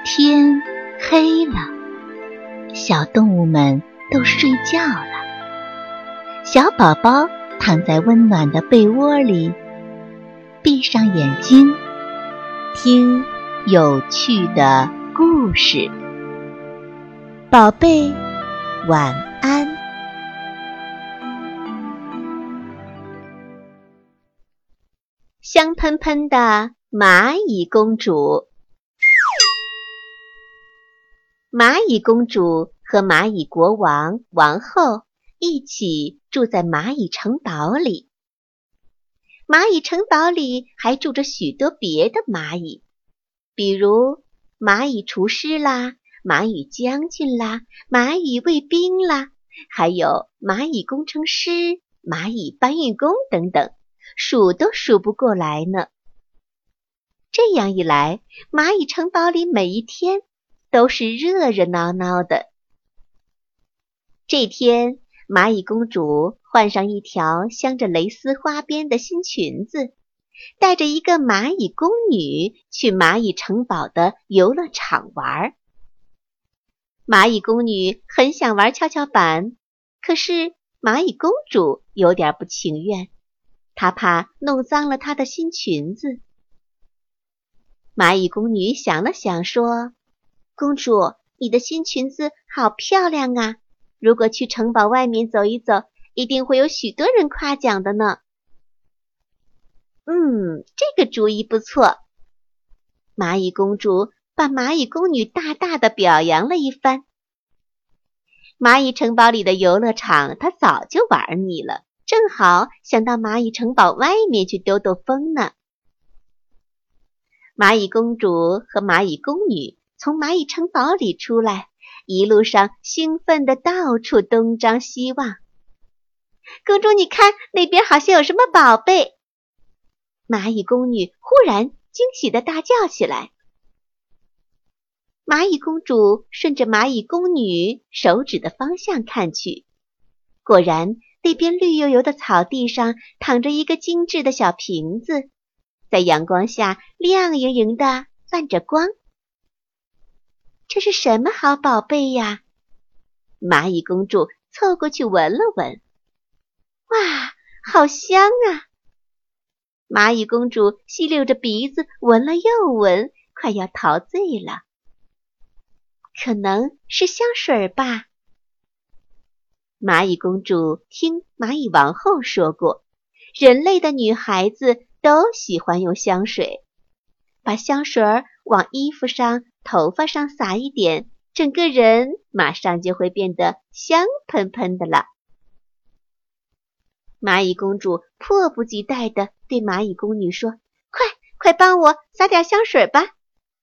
天黑了，小动物们都睡觉了。小宝宝躺在温暖的被窝里，闭上眼睛，听有趣的故事。宝贝，晚安。香喷喷的蚂蚁公主。蚂蚁公主和蚂蚁国王、王后一起住在蚂蚁城堡里。蚂蚁城堡里还住着许多别的蚂蚁，比如蚂蚁厨师啦，蚂蚁将军啦，蚂蚁卫兵啦，还有蚂蚁工程师、蚂蚁搬运工等等，数都数不过来呢。这样一来，蚂蚁城堡里每一天都是热热闹闹的。这天，蚂蚁公主换上一条镶着蕾丝花边的新裙子，带着一个蚂蚁宫女去蚂蚁城堡的游乐场玩。蚂蚁宫女很想玩跷跷板，可是蚂蚁公主有点不情愿，她怕弄脏了她的新裙子。蚂蚁宫女想了想说，公主，你的新裙子好漂亮啊，如果去城堡外面走一走，一定会有许多人夸奖的呢。这个主意不错。蚂蚁公主把蚂蚁宫女大大的表扬了一番。蚂蚁城堡里的游乐场她早就玩腻了，正好想到蚂蚁城堡外面去兜兜风呢。蚂蚁公主和蚂蚁宫女从蚂蚁城堡里出来，一路上兴奋地到处东张西望。公主，你看，那边好像有什么宝贝！蚂蚁宫女忽然惊喜地大叫起来。蚂蚁公主顺着蚂蚁宫女手指的方向看去，果然那边绿油油的草地上躺着一个精致的小瓶子，在阳光下亮莹莹的泛着光。这是什么好宝贝呀？蚂蚁公主凑过去闻了闻。哇，好香啊！蚂蚁公主吸溜着鼻子闻了又闻，快要陶醉了。可能是香水吧。蚂蚁公主听蚂蚁王后说过，人类的女孩子都喜欢用香水，把香水往衣服上、头发上撒一点，整个人马上就会变得香喷喷的了。蚂蚁公主迫不及待地对蚂蚁宫女说，快帮我撒点香水吧。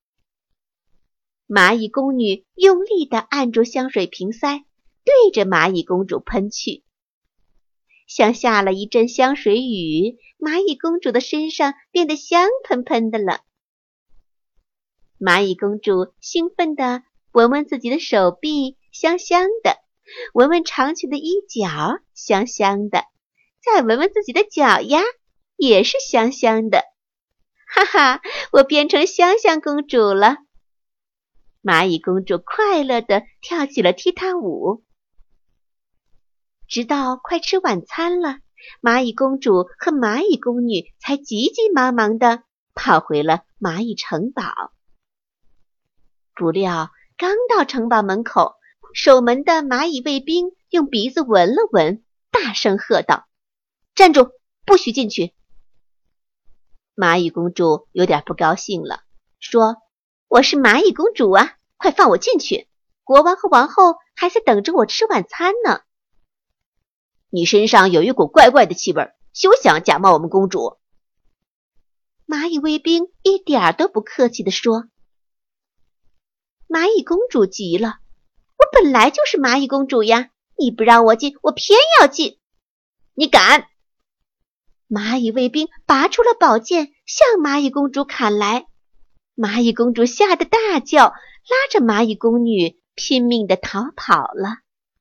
蚂蚁宫女用力地按住香水瓶塞，对着蚂蚁公主喷去。像下了一阵香水雨，蚂蚁公主的身上变得香喷喷的了。蚂蚁公主兴奋地闻闻自己的手臂，香香的；闻闻长裙的衣角，香香的；再闻闻自己的脚丫，也是香香的。哈哈，我变成香香公主了！蚂蚁公主快乐地跳起了踢踏舞。直到快吃晚餐了，蚂蚁公主和蚂蚁宫女才急急忙忙地跑回了蚂蚁城堡。不料刚到城堡门口，守门的蚂蚁卫兵用鼻子闻了闻，大声喝道，站住，不许进去！蚂蚁公主有点不高兴了，说，我是蚂蚁公主啊，快放我进去，国王和王后还在等着我吃晚餐呢。你身上有一股怪怪的气味，休想假冒我们公主！蚂蚁卫兵一点都不客气地说。蚂蚁公主急了，我本来就是蚂蚁公主呀，你不让我进，我偏要进。你敢！蚂蚁卫兵拔出了宝剑，向蚂蚁公主砍来。蚂蚁公主吓得大叫，拉着蚂蚁宫女拼命地逃跑了。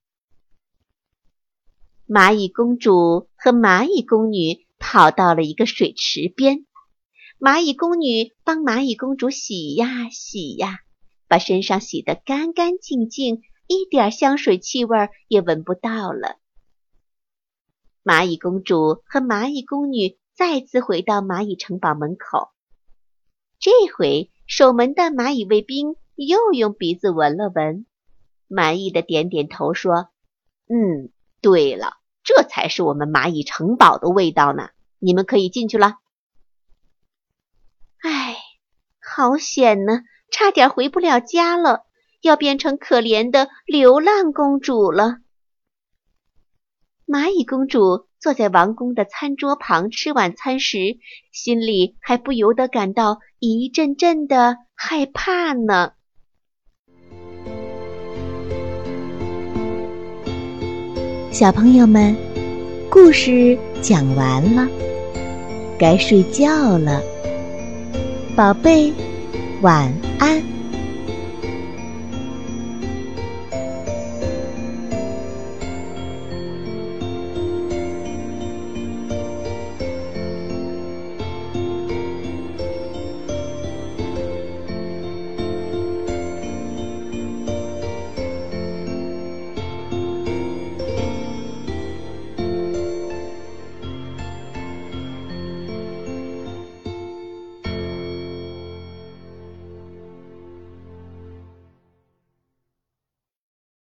蚂蚁公主和蚂蚁宫女跑到了一个水池边，蚂蚁宫女帮蚂蚁公主洗呀洗呀， 把身上洗得干干净净，一点香水气味也闻不到了。蚂蚁公主和蚂蚁宫女再次回到蚂蚁城堡门口，这回守门的蚂蚁卫兵又用鼻子闻了闻，满意的点点头说：对了，这才是我们蚂蚁城堡的味道呢，你们可以进去了。唉，好险呢，差点回不了家了，要变成可怜的流浪公主了。蚂蚁公主坐在王宫的餐桌旁吃晚餐时，心里还不由得感到一阵阵的害怕呢。 小朋友们，故事讲完了，该睡觉了，宝贝，晚安。